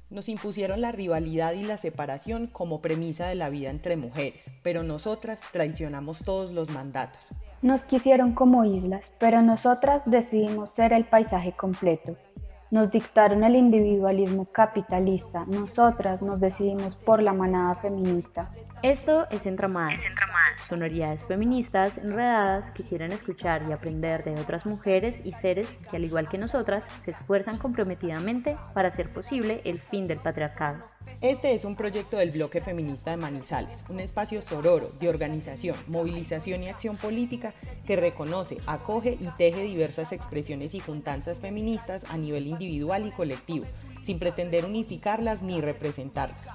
Nos impusieron la rivalidad y la separación como premisa de la vida entre mujeres, pero nosotras traicionamos todos los mandatos. Nos quisieron como islas, pero nosotras decidimos ser el paisaje completo. Nos dictaron el individualismo capitalista, nosotras nos decidimos por la manada feminista. Esto es Entramadas, sonoridades feministas enredadas que quieren escuchar y aprender de otras mujeres y seres que al igual que nosotras se esfuerzan comprometidamente para hacer posible el fin del patriarcado. Este es un proyecto del Bloque Feminista de Manizales, un espacio sororo de organización, movilización y acción política que reconoce, acoge y teje diversas expresiones y juntanzas feministas a nivel individual y colectivo, sin pretender unificarlas ni representarlas.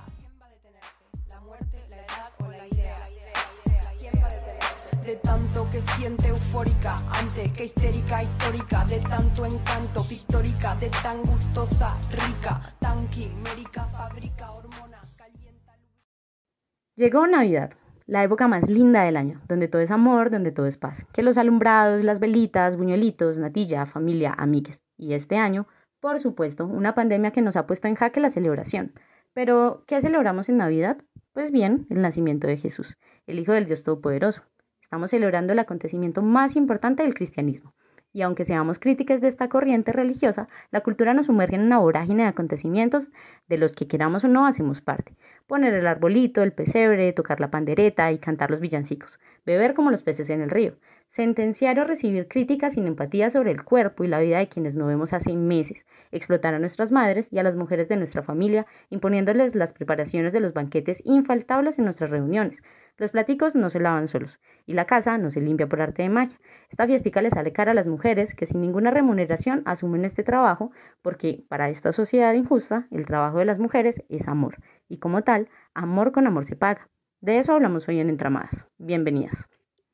De tanto que siente eufórica, antes que histérica, histórica, de tanto encanto, pictórica, de tan gustosa, rica, tan quimérica, fabrica, hormona, calienta. Llegó Navidad, la época más linda del año, donde todo es amor, donde todo es paz. Que los alumbrados, las velitas, buñuelitos, natilla, familia, amigues. Y este año, por supuesto, una pandemia que nos ha puesto en jaque la celebración. Pero, ¿qué celebramos en Navidad? Pues bien, el nacimiento de Jesús, el Hijo del Dios Todopoderoso. Estamos celebrando el acontecimiento más importante del cristianismo. Y aunque seamos críticas de esta corriente religiosa, la cultura nos sumerge en una vorágine de acontecimientos de los que queramos o no hacemos parte. Poner el arbolito, el pesebre, tocar la pandereta y cantar los villancicos. Beber como los peces en el río. Sentenciar o recibir críticas sin empatía sobre el cuerpo y la vida de quienes no vemos hace meses. Explotar a nuestras madres y a las mujeres de nuestra familia, imponiéndoles las preparaciones de los banquetes infaltables en nuestras reuniones. Los platicos no se lavan solos y la casa no se limpia por arte de magia. Esta fiestica le sale cara a las mujeres que sin ninguna remuneración asumen este trabajo porque para esta sociedad injusta el trabajo de las mujeres es amor y como tal, amor con amor se paga. De eso hablamos hoy en Entramadas. Bienvenidas.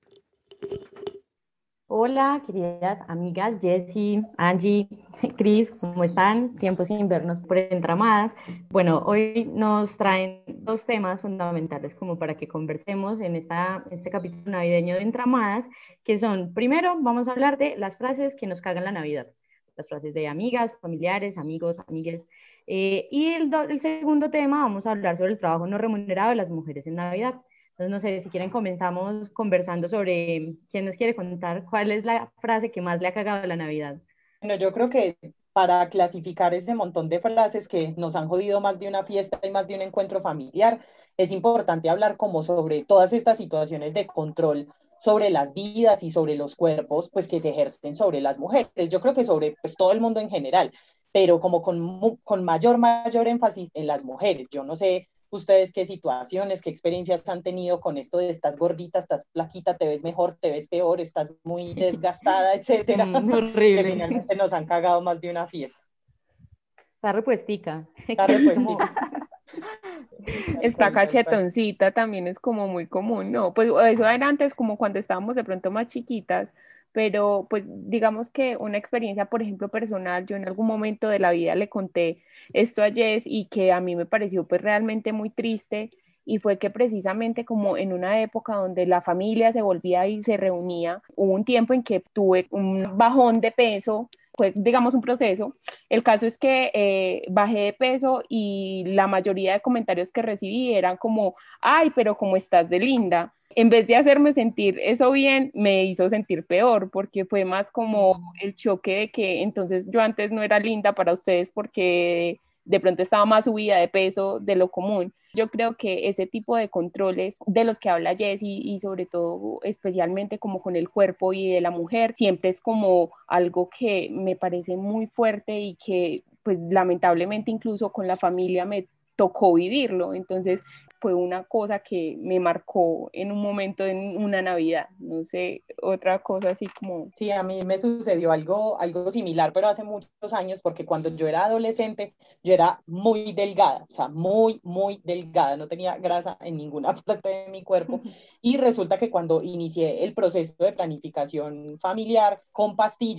Hola, queridas amigas Jessie, Angie, Cris, ¿cómo están? Tiempo sin vernos por Entramadas. Bueno, hoy nos traen dos temas fundamentales como para que conversemos en este capítulo navideño de Entramadas, que son, primero, vamos a hablar de las frases que nos cagan la Navidad, las frases de amigas, familiares, amigos, amigues. El segundo tema, vamos a hablar sobre el trabajo no remunerado de las mujeres en Navidad. Entonces, no sé, si quieren comenzamos conversando sobre quién nos quiere contar cuál es la frase que más le ha cagado la Navidad. Bueno, yo creo que para clasificar ese montón de frases que nos han jodido más de una fiesta y más de un encuentro familiar, es importante hablar como sobre todas estas situaciones de control sobre las vidas y sobre los cuerpos, pues que se ejercen sobre las mujeres. Yo creo que sobre pues todo el mundo en general, pero como con mayor énfasis en las mujeres. Yo no sé ustedes qué situaciones, qué experiencias han tenido con esto de estás gordita, estás flaquita, te ves mejor, te ves peor, estás muy desgastada, etcétera, que Horrible. finalmente nos han cagado más de una fiesta. Está repuestica. Está Que es como, repuestica. Tal Está cual, tal cual. cachetoncita también es como muy común, ¿no? Pues eso era antes como cuando estábamos de pronto más chiquitas, pero pues digamos que una experiencia, por ejemplo, personal, yo en algún momento de la vida le conté esto a Jess y que a mí me pareció pues realmente muy triste y fue que precisamente como en una época donde la familia se volvía y se reunía, hubo un tiempo en que tuve un bajón de peso, fue digamos un proceso. El caso es que bajé de peso y la mayoría de comentarios que recibí eran como, ay, pero cómo estás de linda. En vez de hacerme sentir eso bien, me hizo sentir peor, porque fue más como el choque de que entonces yo antes no era linda para ustedes porque de pronto estaba más subida de peso de lo común. Yo creo que ese tipo de controles de los que habla Jessie y sobre todo especialmente como con el cuerpo y de la mujer, siempre es como algo que me parece muy fuerte y que pues lamentablemente incluso con la familia me tocó vivirlo. Entonces fue una cosa que me marcó en un momento en una Navidad. No sé, otra cosa así como... Sí, a mí me sucedió algo similar, pero hace muchos años, porque cuando yo era adolescente, yo era muy delgada, o sea, muy delgada, no tenía grasa en ninguna parte de mi cuerpo. Y resulta que cuando inicié el proceso de planificación familiar con pastillas,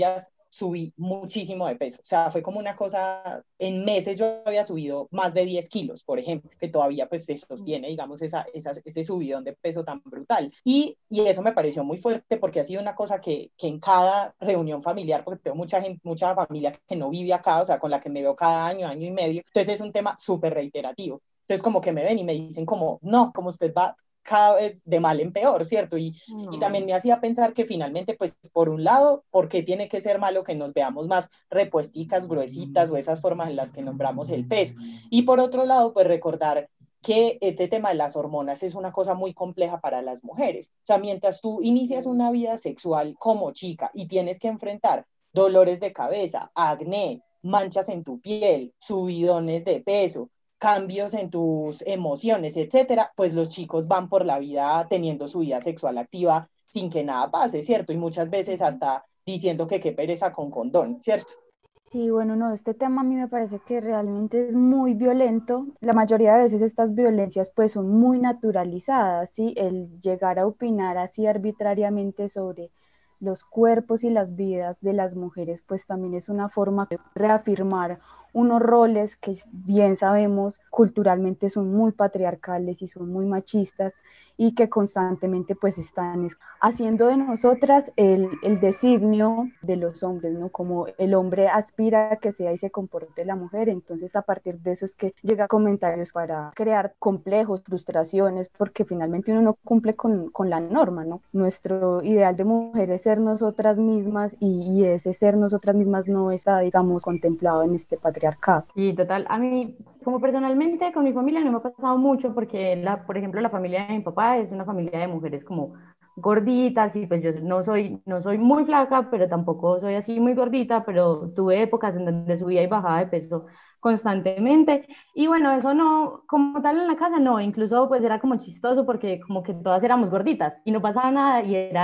subí muchísimo de peso. O sea, fue como una cosa, en meses yo había subido más de 10 kilos, por ejemplo, que todavía pues se sostiene, digamos, ese subidón de peso tan brutal. Y eso me pareció muy fuerte porque ha sido una cosa que en cada reunión familiar, porque tengo mucha gente, mucha familia que no vive acá, o sea, con la que me veo cada año, año y medio, entonces es un tema súper reiterativo. Entonces como que me ven y me dicen como, no, como usted va cada vez de mal en peor, ¿cierto? Y también me hacía pensar que finalmente, pues, por un lado, ¿por qué tiene que ser malo que nos veamos más repuesticas, gruesitas o esas formas en las que nombramos el peso? Y por otro lado, pues recordar que este tema de las hormonas es una cosa muy compleja para las mujeres. O sea, mientras tú inicias una vida sexual como chica y tienes que enfrentar dolores de cabeza, acné, manchas en tu piel, subidones de peso, cambios en tus emociones, etcétera, pues los chicos van por la vida teniendo su vida sexual activa sin que nada pase, ¿cierto? Y muchas veces hasta diciendo que qué pereza con condón, ¿cierto? Sí, bueno, no, este tema a mí me parece que realmente es muy violento. La mayoría de veces estas violencias pues son muy naturalizadas, ¿sí? El llegar a opinar así arbitrariamente sobre los cuerpos y las vidas de las mujeres pues también es una forma de reafirmar unos roles que bien sabemos culturalmente son muy patriarcales y son muy machistas y que constantemente pues están haciendo de nosotras el designio de los hombres, ¿no? Como el hombre aspira a que sea y se comporte la mujer, entonces a partir de eso es que llega comentarios para crear complejos, frustraciones, porque finalmente uno no cumple con la norma, ¿no? Nuestro ideal de mujer es ser nosotras mismas y ese ser nosotras mismas no está, digamos, contemplado en este patriarcado. Sí, total. A mí, como personalmente, con mi familia no me ha pasado mucho porque, por ejemplo, la familia de mi papá es una familia de mujeres como gorditas y pues yo no soy muy flaca, pero tampoco soy así muy gordita, pero tuve épocas en donde subía y bajaba de peso constantemente. Y bueno, eso no, como tal en la casa, no, incluso pues era como chistoso porque como que todas éramos gorditas y no pasaba nada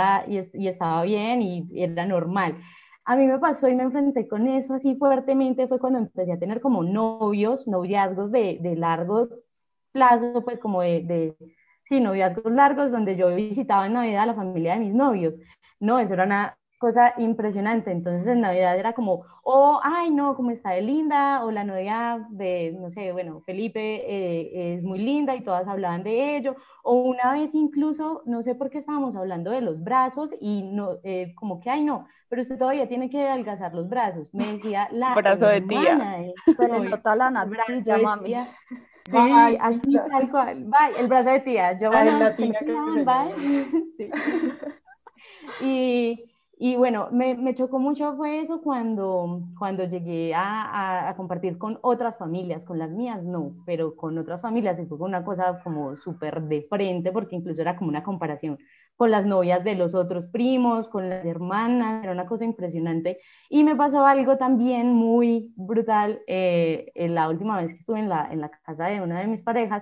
y estaba bien y era normal. A mí me pasó y me enfrenté con eso así fuertemente, fue cuando empecé a tener como noviazgos de largo plazo, pues como sí, noviazgos largos donde yo visitaba en Navidad a la familia de mis novios. No, eso era una cosa impresionante. Entonces en Navidad era como, oh, ay, no, cómo está de linda, o la novia de, no sé, bueno, Felipe es muy linda y todas hablaban de ello. O una vez incluso, no sé por qué estábamos hablando de los brazos y no, como que, ay, no, pero usted todavía tiene que adelgazar los brazos. Me decía la Brazo de tía. hermana de Se le novio, nota la brazo natilla, de mami. tía. Sí, Bye, así Lisa. tal cual. Bye, el brazo de tía. La Giovanna, que me gelatina que pidan, se llama. bye. Sí. Y, y bueno, me chocó mucho fue eso cuando llegué a compartir con otras familias, con las mías no, pero con otras familias y fue una cosa como súper de frente, porque incluso era como una comparación con las novias de los otros primos, con las hermanas, era una cosa impresionante. Y me pasó algo también muy brutal en la última vez que estuve en la casa de una de mis parejas,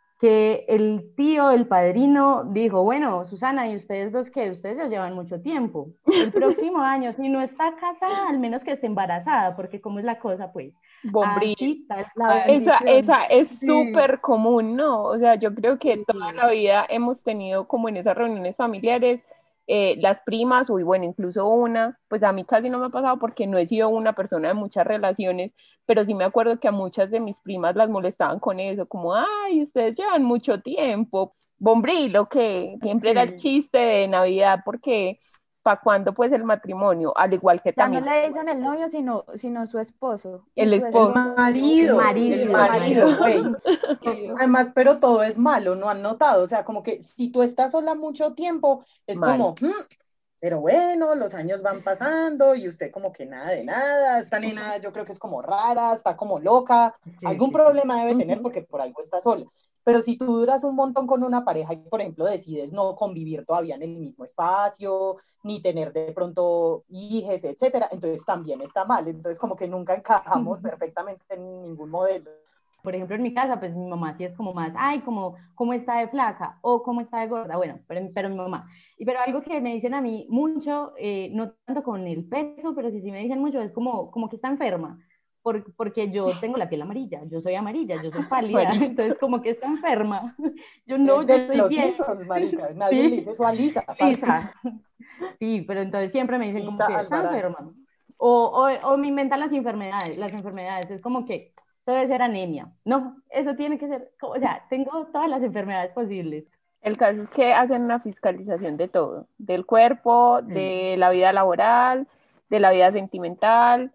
que el tío, el padrino, dijo, bueno, Susana, ¿y ustedes dos qué? Ustedes ya llevan mucho tiempo. El próximo año, si no está casada, al menos que esté embarazada, porque cómo es la cosa, pues, Bombril. así tal La cual. Esa bendición. es Sí, súper común, ¿no? O sea, yo creo que toda sí. la vida hemos tenido como en esas reuniones familiares las primas, o bueno, incluso una, pues a mí casi no me ha pasado porque no he sido una persona de muchas relaciones, pero sí me acuerdo que a muchas de mis primas las molestaban con eso, como, ay, ustedes llevan mucho tiempo, bombril, o que siempre era el Sí. chiste de Navidad, porque ¿para cuándo pues el matrimonio? Al igual que Ya no también le dicen el novio, sino su esposo. Y el su El esposo. esposo, El el marido, el marido, marido. güey. Además, pero todo es malo, ¿no han notado? O sea, como que si tú estás sola mucho tiempo, es Mal. como, pero bueno, los años van pasando y usted como que nada de nada, esta nena yo creo que es como rara, está como loca, Sí, algún sí, sí. problema debe tener porque por algo está sola. Pero si tú duras un montón con una pareja y, por ejemplo, decides no convivir todavía en el mismo espacio, ni tener de pronto hijes, etcétera, entonces también está mal. Entonces, como que nunca encajamos perfectamente en ningún modelo. Por ejemplo, en mi casa, pues mi mamá sí es como más, ay, cómo está de flaca o cómo está de gorda, bueno, pero mi mamá. Pero algo que me dicen a mí mucho, no tanto con el peso, pero que sí me dicen mucho, es como que está enferma, porque yo tengo la piel amarilla, yo soy pálida, María. entonces como que está enferma. Yo no, Es yo de estoy los bien. Simpsons, marica. Nadie le Sí, dice eso a Lisa, parce. Lisa. Sí, pero entonces siempre me dicen como Lisa que está Alvarado. enferma. O me inventan las enfermedades, es como que eso debe ser anemia, no, eso tiene que ser, o sea, tengo todas las enfermedades posibles. El caso es que hacen una fiscalización de todo, del cuerpo, Sí. de la vida laboral, de la vida sentimental,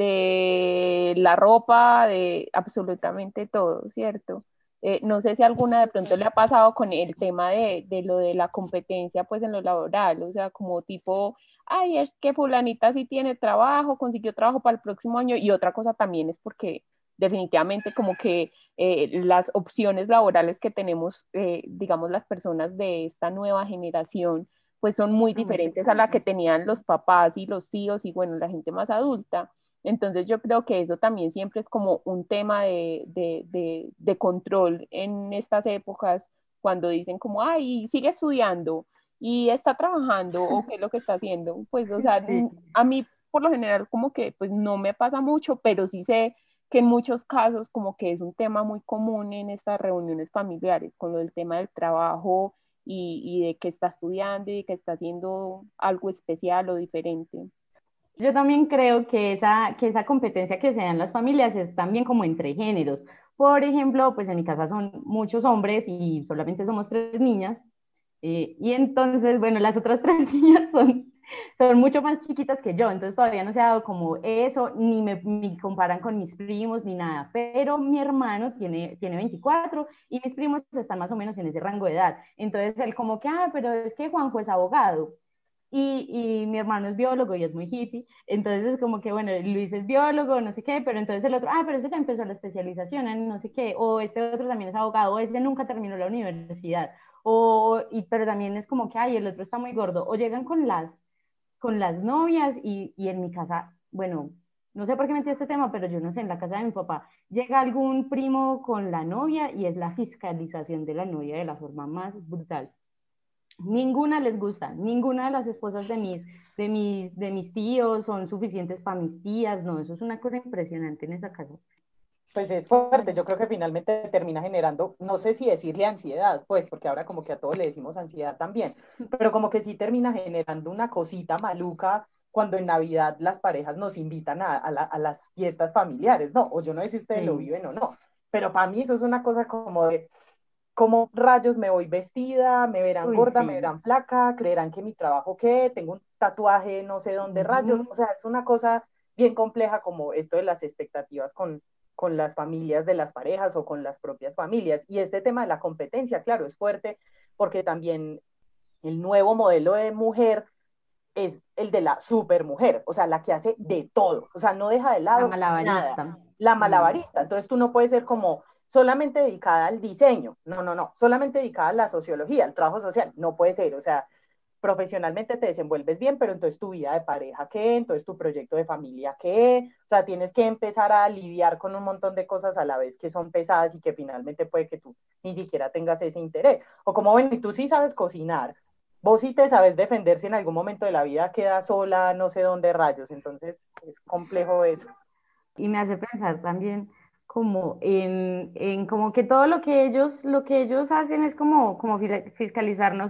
de la ropa, de absolutamente todo, ¿cierto? No sé si alguna de pronto le ha pasado con el tema de lo de la competencia pues en lo laboral, o sea, como tipo, ay, es que fulanita sí tiene trabajo, consiguió trabajo para el próximo año, y otra cosa también es porque definitivamente como que las opciones laborales que tenemos, digamos, las personas de esta nueva generación, pues son muy diferentes a la que tenían los papás y los tíos y bueno, la gente más adulta. Entonces yo creo que eso también siempre es como un tema de control en estas épocas, cuando dicen como, ay, sigue estudiando y está trabajando o qué es lo que está haciendo. Pues, o sea, Sí. a mí por lo general como que pues no me pasa mucho, pero sí sé que en muchos casos como que es un tema muy común en estas reuniones familiares, con lo del tema del trabajo y de que está estudiando y de que está haciendo algo especial o diferente. Yo también creo que esa competencia que se da en las familias es también como entre géneros. Por ejemplo, pues en mi casa son muchos hombres y solamente somos tres niñas. Y entonces, bueno, las otras tres niñas son mucho más chiquitas que yo, entonces todavía no se ha dado como eso, ni comparan con mis primos, ni nada. Pero mi hermano tiene 24 y mis primos están más o menos en ese rango de edad. Entonces él como que, ah, pero es que Juanjo es abogado. Y mi hermano es biólogo y es muy hippie, entonces es como que, bueno, Luis es biólogo, no sé qué, pero entonces el otro, ah, pero ese ya empezó la especialización en no sé qué, o este otro también es abogado, o ese nunca terminó la universidad, pero también es como que, ay, el otro está muy gordo, o llegan con las novias y en mi casa, bueno, no sé por qué metí este tema, pero yo no sé, en la casa de mi papá llega algún primo con la novia y es la fiscalización de la novia de la forma más brutal. Ninguna les gusta, ninguna de las esposas de mis tíos son suficientes para mis tías, no, eso es una cosa impresionante en esa casa. Pues es fuerte, yo creo que finalmente termina generando, no sé si decirle ansiedad, pues, porque ahora como que a todos le decimos ansiedad también, pero como que sí termina generando una cosita maluca cuando en Navidad las parejas nos invitan a las fiestas familiares, ¿no? O yo no sé si ustedes lo Sí. viven o no, pero para mí eso es una cosa como de, ¿cómo rayos me voy vestida? ¿Me verán Uy, gorda? ¿Me sí. verán flaca? ¿Creerán que mi trabajo qué? Tengo un tatuaje no sé dónde rayos, Ujú. o sea, es una cosa bien compleja como esto de las expectativas con las familias de las parejas o con las propias familias. Y este tema de la competencia, claro, es fuerte porque también el nuevo modelo de mujer es el de la supermujer, o sea, la que hace de todo, o sea, no deja de La lado nada, malabarista. la Mm. malabarista. Entonces tú no puedes ser como solamente dedicada al diseño, no, no, no, solamente dedicada a la sociología, al trabajo social, no puede ser, o sea, profesionalmente te desenvuelves bien, pero entonces tu vida de pareja, ¿qué? Entonces tu proyecto de familia, ¿qué? O sea, tienes que empezar a lidiar con un montón de cosas a la vez que son pesadas y que finalmente puede que tú ni siquiera tengas ese interés. O como, bueno, y tú sí sabes cocinar, vos sí te sabes defender si en algún momento de la vida quedas sola, no sé dónde rayos, entonces es complejo eso. Y me hace pensar también como en como que todo lo que ellos hacen es como fiscalizarnos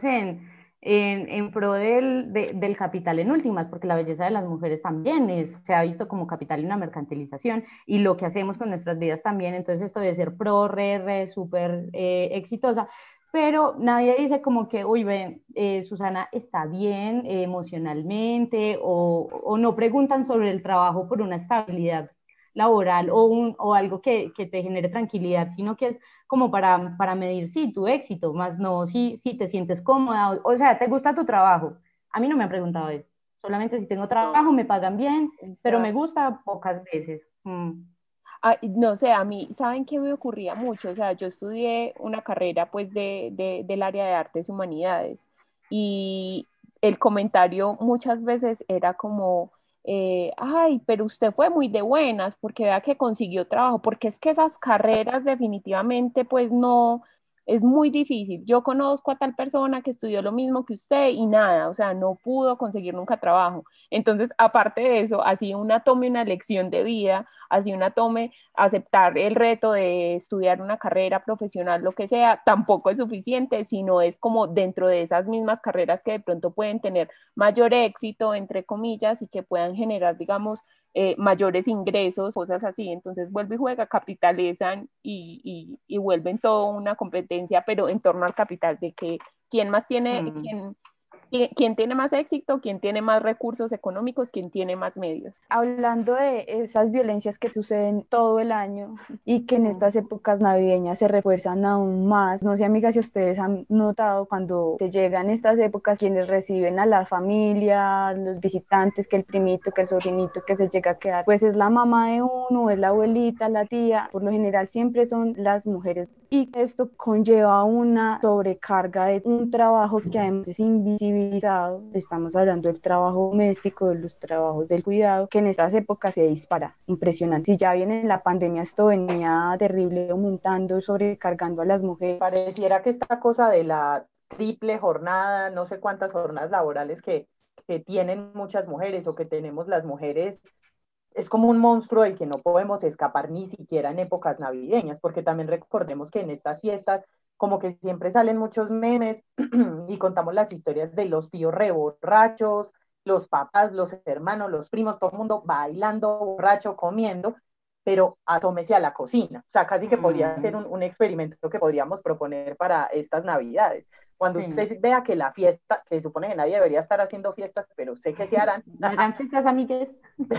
en pro del capital en últimas, porque la belleza de las mujeres también se ha visto como capital en una mercantilización y lo que hacemos con nuestras vidas también, entonces esto de ser pro, súper exitosa, pero nadie dice como que, uy, ven, Susana está bien emocionalmente o no preguntan sobre el trabajo por una estabilidad laboral o algo que te genere tranquilidad, sino que es como para medir, sí, tu éxito, más no si te sientes cómoda, o sea, ¿te gusta tu trabajo? A mí no me han preguntado eso, solamente si tengo No, trabajo, me pagan bien, pero me exacto. gusta pocas veces. Ah, no sé, a mí, ¿saben qué me ocurría mucho? O sea, yo estudié una carrera pues del área de artes y humanidades y el comentario muchas veces era como, ay, pero usted fue muy de buenas porque vea que consiguió trabajo, porque es que esas carreras definitivamente pues no, es muy difícil. Yo conozco a tal persona que estudió lo mismo que usted y nada, o sea, no pudo conseguir nunca trabajo. Entonces, aparte de eso, así una tome una lección de vida, así una tome aceptar el reto de estudiar una carrera profesional, lo que sea, tampoco es suficiente, sino es como dentro de esas mismas carreras que de pronto pueden tener mayor éxito, entre comillas, y que puedan generar, digamos, mayores ingresos, cosas así. Entonces vuelve y juega, capitalizan y vuelven todo una competencia, pero en torno al capital, de que quién más tiene, quién tiene más éxito, quién tiene más recursos económicos, quién tiene más medios. Hablando de esas violencias que suceden todo el año y que en estas épocas navideñas se refuerzan aún más, no sé, amigas, si ustedes han notado cuando se llegan estas épocas, quienes reciben a la familia, los visitantes, que el primito, que el sobrinito que se llega a quedar, pues es la mamá de uno, es la abuelita, la tía, por lo general siempre son las mujeres. Y esto conlleva una sobrecarga de un trabajo que además es invisibilizado. Estamos hablando del trabajo doméstico, de los trabajos del cuidado, que en estas épocas se dispara. Impresionante. Si ya viene en la pandemia, esto venía terrible, aumentando, sobrecargando a las mujeres. Pareciera que esta cosa de la triple jornada, no sé cuántas jornadas laborales que tienen muchas mujeres o que tenemos las mujeres, es como un monstruo del que no podemos escapar ni siquiera en épocas navideñas, porque también recordemos que en estas fiestas como que siempre salen muchos memes y contamos las historias de los tíos reborrachos, los papás, los hermanos, los primos, todo el mundo bailando, borracho, comiendo, pero asómese a la cocina. O sea, casi que podría ser un experimento que podríamos proponer para estas Navidades. Cuando usted vea que la fiesta, que supone que nadie debería estar haciendo fiestas, pero sé que se harán. Hagan fiestas, amigues.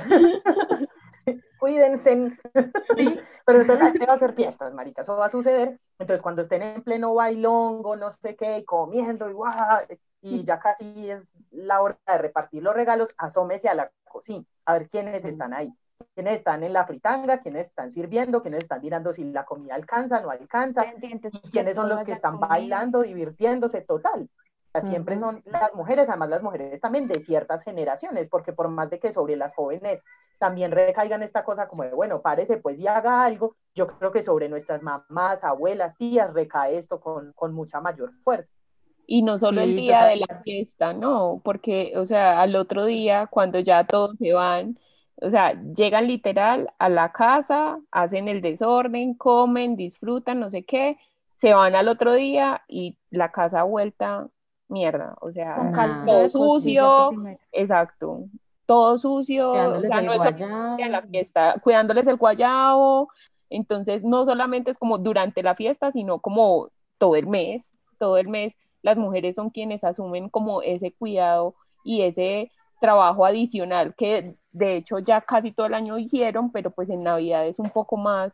Cuídense. ¿Sí? Pero entonces la gente va a hacer fiestas, marica, eso va a suceder. Entonces cuando estén en pleno bailongo, no sé qué, comiendo y ya casi es la hora de repartir los regalos, asómese a la cocina, a ver quiénes están ahí. Quiénes están en la fritanga, quiénes están sirviendo, quiénes están mirando si la comida alcanza, no alcanza, y quiénes son los que están bailando, divirtiéndose, total. Siempre son las mujeres, además las mujeres también de ciertas generaciones, porque por más de que sobre las jóvenes también recaigan esta cosa como de, bueno, párese pues y haga algo, yo creo que sobre nuestras mamás, abuelas, tías recae esto con mucha mayor fuerza. Y no solo el día de la fiesta, no, porque, o sea, al otro día, cuando ya todos se van, o sea, llegan literal a la casa, hacen el desorden, comen, disfrutan, no sé qué, se van al otro día y la casa vuelta mierda, o sea, todo sucio, exacto, todo sucio, o sea, no es solamente la fiesta, cuidándoles el guayabo. Entonces no solamente es como durante la fiesta, sino como todo el mes las mujeres son quienes asumen como ese cuidado y ese trabajo adicional que de hecho ya casi todo el año hicieron, pero pues en Navidad es un poco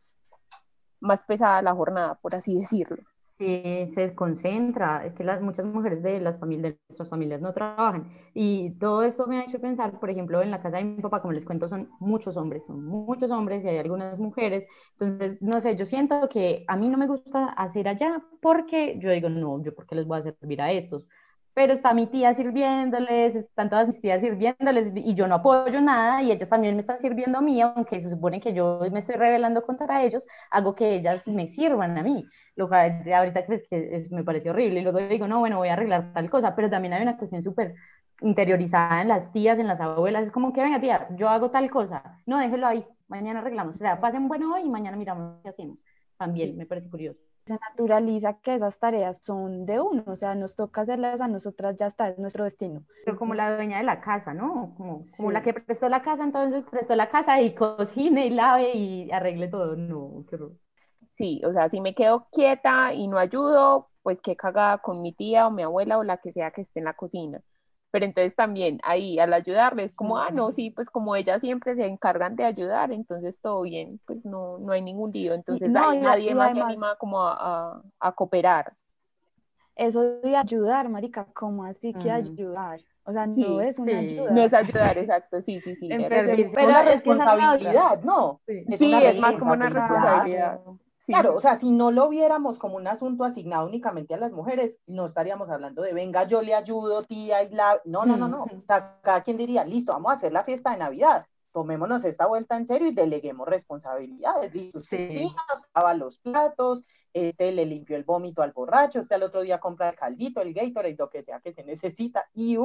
más pesada la jornada, por así decirlo. Sí, se desconcentra, es que muchas mujeres de nuestras familias no trabajan, y todo eso me ha hecho pensar, por ejemplo, en la casa de mi papá, como les cuento, son muchos hombres y hay algunas mujeres. Entonces, no sé, yo siento que a mí no me gusta hacer allá porque yo digo, no, yo por qué les voy a servir a estos, pero está mi tía sirviéndoles, están todas mis tías sirviéndoles y yo no apoyo nada y ellas también me están sirviendo a mí, aunque se supone que yo me estoy rebelando contra ellos, hago que ellas me sirvan a mí, lo cual ahorita crees que me parece horrible, y luego digo, no, bueno, voy a arreglar tal cosa, pero también hay una cuestión súper interiorizada en las tías, en las abuelas, es como que, venga tía, yo hago tal cosa, no, déjelo ahí, mañana arreglamos, o sea, pasen bueno hoy y mañana miramos qué hacemos, también me parece curioso. Se naturaliza que esas tareas son de uno, o sea, nos toca hacerlas a nosotras, ya está, es nuestro destino. Pero como la dueña de la casa, ¿no? Como la que prestó la casa, entonces prestó la casa y cocine y lave y arregle todo. No, qué horror. Sí, o sea, si me quedo quieta y no ayudo, pues qué cagada con mi tía o mi abuela o la que sea que esté en la cocina. Pero entonces también ahí al ayudarles, como, no, sí, pues como ellas siempre se encargan de ayudar, entonces todo bien, pues no hay ningún lío. Entonces No, ahí nadie más se anima como a cooperar. Eso de ayudar, marica, ¿cómo así que ayudar? O sea, no es una ayuda. No es ayudar, exacto, sí. Pero es una responsabilidad, ¿no? Es más como una responsabilidad. Claro, o sea, si no lo viéramos como un asunto asignado únicamente a las mujeres, no estaríamos hablando de, venga, yo le ayudo, tía, y la... No. O sea, cada quien diría, listo, vamos a hacer la fiesta de Navidad. tomémonos esta vuelta en serio y deleguemos responsabilidades. Listo, usted Sí. lava los platos, le limpió el vómito al borracho, al otro día compra el caldito, el Gatorade, lo que sea que se necesita, y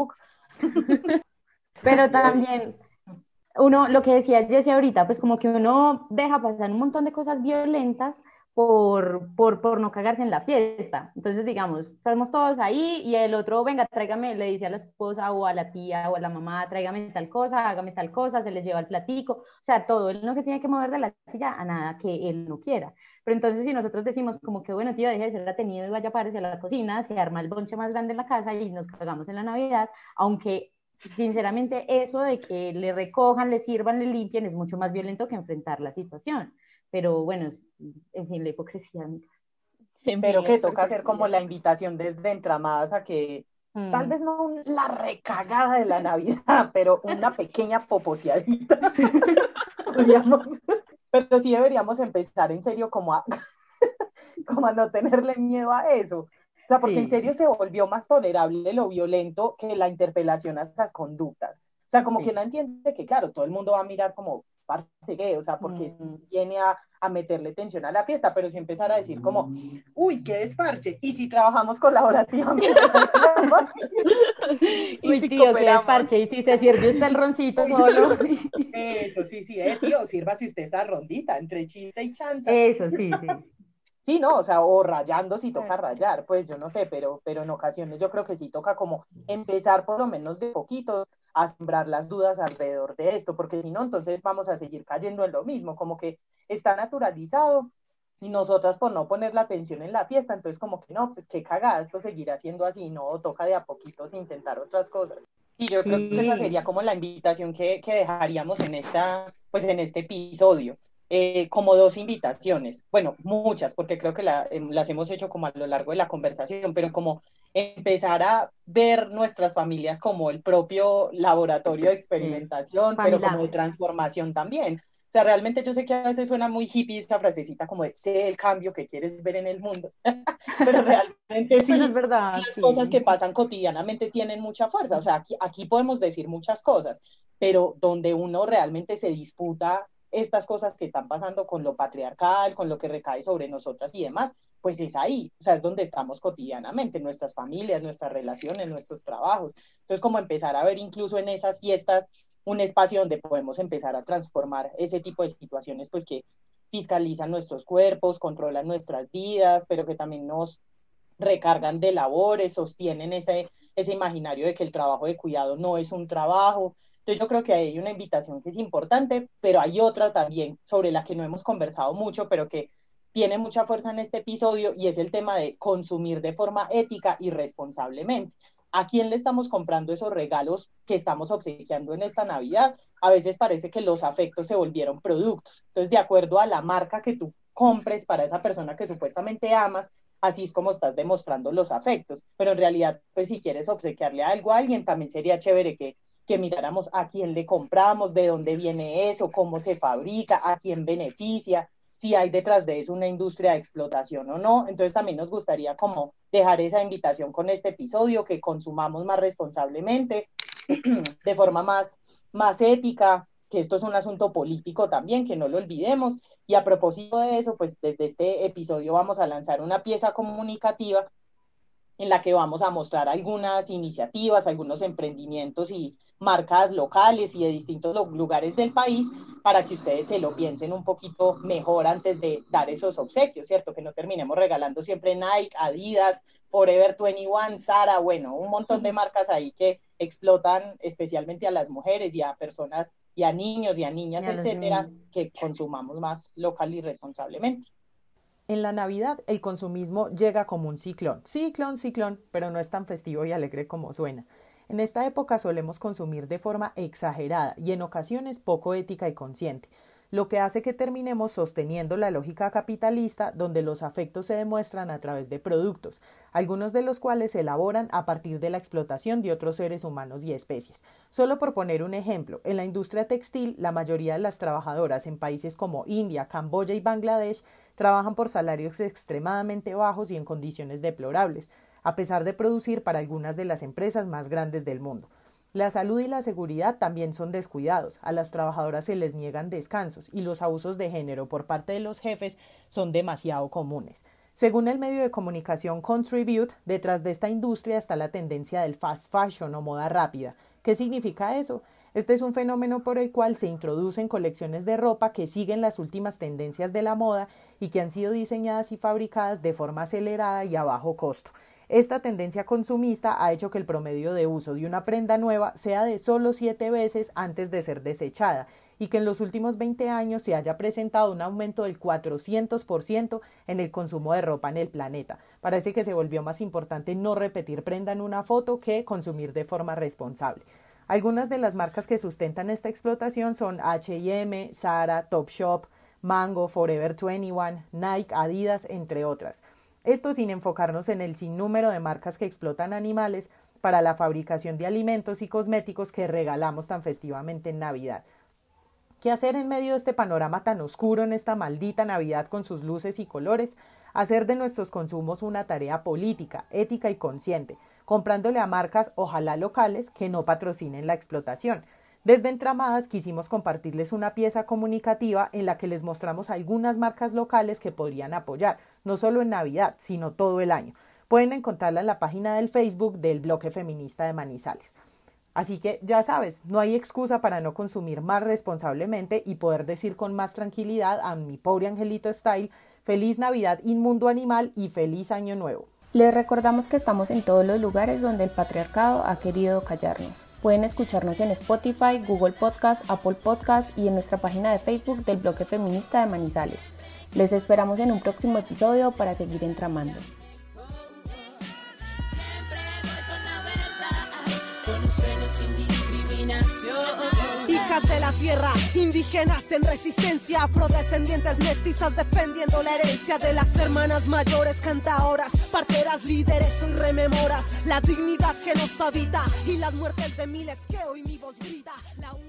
Pero así también uno, lo que decía Jessie ahorita, pues como que uno deja pasar un montón de cosas violentas por no cagarse en la fiesta. Entonces, digamos, estamos todos ahí y el otro, venga, tráigame, le dice a la esposa o a la tía o a la mamá, tráigame tal cosa, hágame tal cosa, se les lleva el platico, o sea, todo, él no se tiene que mover de la silla a nada que él no quiera. Pero entonces si nosotros decimos como que, bueno, tío, deje de ser atenido y vaya a pararse a la cocina, se arma el bonche más grande en la casa y nos cagamos en la Navidad, aunque sinceramente eso de que le recojan, le sirvan, le limpien es mucho más violento que enfrentar la situación. Pero bueno, en fin, la hipocresía, amigas. pero que toca hacer como la invitación desde entramadas a que tal vez no la recagada de la Navidad, pero una pequeña poposeadita. Podríamos, pero sí deberíamos empezar en serio como a no tenerle miedo a eso. O sea, porque en serio se volvió más tolerable lo violento que la interpelación a estas conductas. O sea, como que no entiende que, claro, todo el mundo va a mirar como, parce, ¿qué? O sea, porque viene a meterle tensión a la fiesta, pero si empezar a decir como, uy, qué desparche, y si trabajamos colaborativamente. Uy, tío, qué desparche, y si se sirve usted el roncito solo. Eso, sí, tío, sirva si usted está rondita, entre chiste y chanza. Eso, sí. Sí, no, o sea, o rayando si toca rayar, pues yo no sé, pero en ocasiones yo creo que sí toca como empezar por lo menos de poquito a sembrar las dudas alrededor de esto, porque si no, entonces vamos a seguir cayendo en lo mismo, como que está naturalizado y nosotras por no poner la atención en la fiesta, entonces como que no, pues qué cagada, esto seguirá siendo así, no, toca de a poquitos intentar otras cosas. Y yo creo que esa sería como la invitación que dejaríamos pues en este episodio. Como dos invitaciones, bueno, muchas, porque creo que las hemos hecho como a lo largo de la conversación, pero como empezar a ver nuestras familias como el propio laboratorio de experimentación, pero como de transformación también. O sea, realmente yo sé que a veces suena muy hippie esta frasecita como de sé el cambio que quieres ver en el mundo, pero realmente sí, pues es verdad, las cosas que pasan cotidianamente tienen mucha fuerza. O sea, aquí podemos decir muchas cosas, pero donde uno realmente se disputa estas cosas que están pasando con lo patriarcal, con lo que recae sobre nosotras y demás, pues es ahí, o sea, es donde estamos cotidianamente, nuestras familias, nuestras relaciones, nuestros trabajos. Entonces, como empezar a ver incluso en esas fiestas un espacio donde podemos empezar a transformar ese tipo de situaciones, pues que fiscalizan nuestros cuerpos, controlan nuestras vidas, pero que también nos recargan de labores, sostienen ese imaginario de que el trabajo de cuidado no es un trabajo. Entonces yo creo que hay una invitación que es importante, pero hay otra también sobre la que no hemos conversado mucho, pero que tiene mucha fuerza en este episodio y es el tema de consumir de forma ética y responsablemente. ¿A quién le estamos comprando esos regalos que estamos obsequiando en esta Navidad? A veces parece que los afectos se volvieron productos. Entonces, de acuerdo a la marca que tú compres para esa persona que supuestamente amas, así es como estás demostrando los afectos. Pero en realidad, pues si quieres obsequiarle algo a alguien, también sería chévere que miráramos a quién le compramos, de dónde viene eso, cómo se fabrica, a quién beneficia, si hay detrás de eso una industria de explotación o no. Entonces también nos gustaría como dejar esa invitación con este episodio, que consumamos más responsablemente, de forma más ética, que esto es un asunto político también, que no lo olvidemos. Y a propósito de eso, pues desde este episodio vamos a lanzar una pieza comunicativa en la que vamos a mostrar algunas iniciativas, algunos emprendimientos y marcas locales y de distintos lugares del país para que ustedes se lo piensen un poquito mejor antes de dar esos obsequios, ¿cierto? Que no terminemos regalando siempre Nike, Adidas, Forever 21, Zara, bueno, un montón de marcas ahí que explotan especialmente a las mujeres y a personas y a niños y a niñas, etcétera, que consumamos más local y responsablemente. En la Navidad el consumismo llega como un ciclón, pero no es tan festivo y alegre como suena. En esta época solemos consumir de forma exagerada y en ocasiones poco ética y consciente, lo que hace que terminemos sosteniendo la lógica capitalista donde los afectos se demuestran a través de productos, algunos de los cuales se elaboran a partir de la explotación de otros seres humanos y especies. Solo por poner un ejemplo, en la industria textil, la mayoría de las trabajadoras en países como India, Camboya y Bangladesh trabajan por salarios extremadamente bajos y en condiciones deplorables, a pesar de producir para algunas de las empresas más grandes del mundo. La salud y la seguridad también son descuidados, a las trabajadoras se les niegan descansos y los abusos de género por parte de los jefes son demasiado comunes. Según el medio de comunicación Contribute, detrás de esta industria está la tendencia del fast fashion o moda rápida. ¿Qué significa eso? Este es un fenómeno por el cual se introducen colecciones de ropa que siguen las últimas tendencias de la moda y que han sido diseñadas y fabricadas de forma acelerada y a bajo costo. Esta tendencia consumista ha hecho que el promedio de uso de una prenda nueva sea de solo 7 veces antes de ser desechada y que en los últimos 20 años se haya presentado un aumento del 400% en el consumo de ropa en el planeta. Parece que se volvió más importante no repetir prenda en una foto que consumir de forma responsable. Algunas de las marcas que sustentan esta explotación son H&M, Zara, Topshop, Mango, Forever 21, Nike, Adidas, entre otras. Esto sin enfocarnos en el sinnúmero de marcas que explotan animales para la fabricación de alimentos y cosméticos que regalamos tan festivamente en Navidad. ¿Qué hacer en medio de este panorama tan oscuro en esta maldita Navidad con sus luces y colores? Hacer de nuestros consumos una tarea política, ética y consciente, comprándole a marcas, ojalá locales, que no patrocinen la explotación. Desde Entramadas quisimos compartirles una pieza comunicativa en la que les mostramos algunas marcas locales que podrían apoyar, no solo en Navidad, sino todo el año. Pueden encontrarla en la página del Facebook del Bloque Feminista de Manizales. Así que ya sabes, no hay excusa para no consumir más responsablemente y poder decir con más tranquilidad a mi pobre angelito style, feliz Navidad inmundo animal y feliz año nuevo. Les recordamos que estamos en todos los lugares donde el patriarcado ha querido callarnos. Pueden escucharnos en Spotify, Google Podcast, Apple Podcast y en nuestra página de Facebook del Bloque Feminista de Manizales. Les esperamos en un próximo episodio para seguir entramando. Hijas de la tierra, indígenas en resistencia, afrodescendientes mestizas defendiendo la herencia de las hermanas mayores, cantaoras, parteras, líderes, hoy rememoras la dignidad que nos habita y las muertes de miles que hoy mi voz grita.